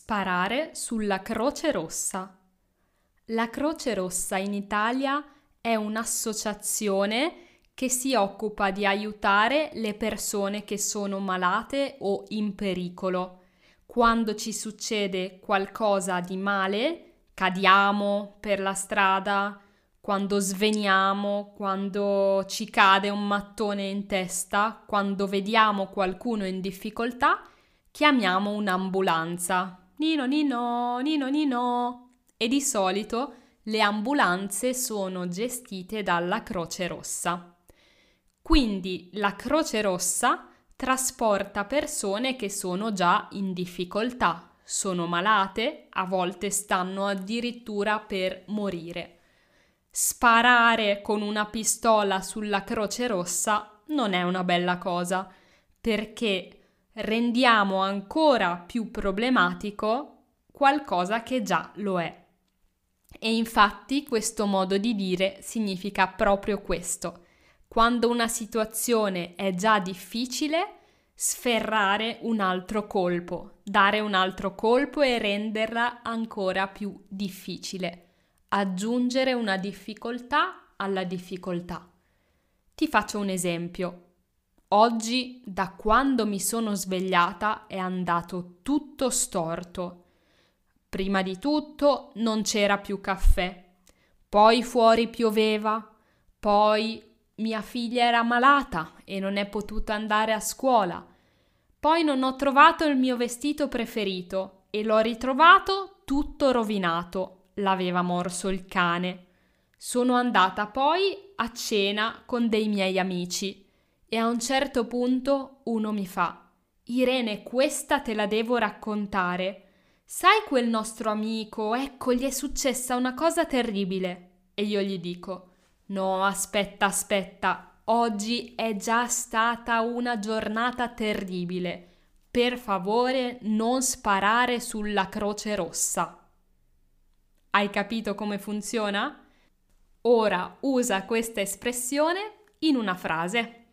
Sparare sulla Croce Rossa. La Croce Rossa in Italia è un'associazione che si occupa di aiutare le persone che sono malate o in pericolo. Quando ci succede qualcosa di male, cadiamo per la strada, quando sveniamo, quando ci cade un mattone in testa, quando vediamo qualcuno in difficoltà, chiamiamo un'ambulanza. Nino Nino, Nino Nino. E di solito le ambulanze sono gestite dalla Croce Rossa. Quindi la Croce Rossa trasporta persone che sono già in difficoltà, sono malate, a volte stanno addirittura per morire. Sparare con una pistola sulla Croce Rossa non è una bella cosa, perché rendiamo ancora più problematico qualcosa che già lo è. E infatti questo modo di dire significa proprio questo. Quando una situazione è già difficile, sferrare un altro colpo, dare un altro colpo e renderla ancora più difficile, aggiungere una difficoltà alla difficoltà. Ti faccio un esempio. Oggi, da quando mi sono svegliata, è andato tutto storto. Prima di tutto non c'era più caffè, poi fuori pioveva, poi mia figlia era malata e non è potuta andare a scuola, poi non ho trovato il mio vestito preferito e l'ho ritrovato tutto rovinato, l'aveva morso il cane. Sono andata poi a cena con dei miei amici e a un certo punto uno mi fa: Irene, questa te la devo raccontare. Sai quel nostro amico? Ecco, gli è successa una cosa terribile. E io gli dico: no, aspetta, oggi è già stata una giornata terribile. Per favore, non sparare sulla Croce Rossa. Hai capito come funziona? Ora usa questa espressione in una frase.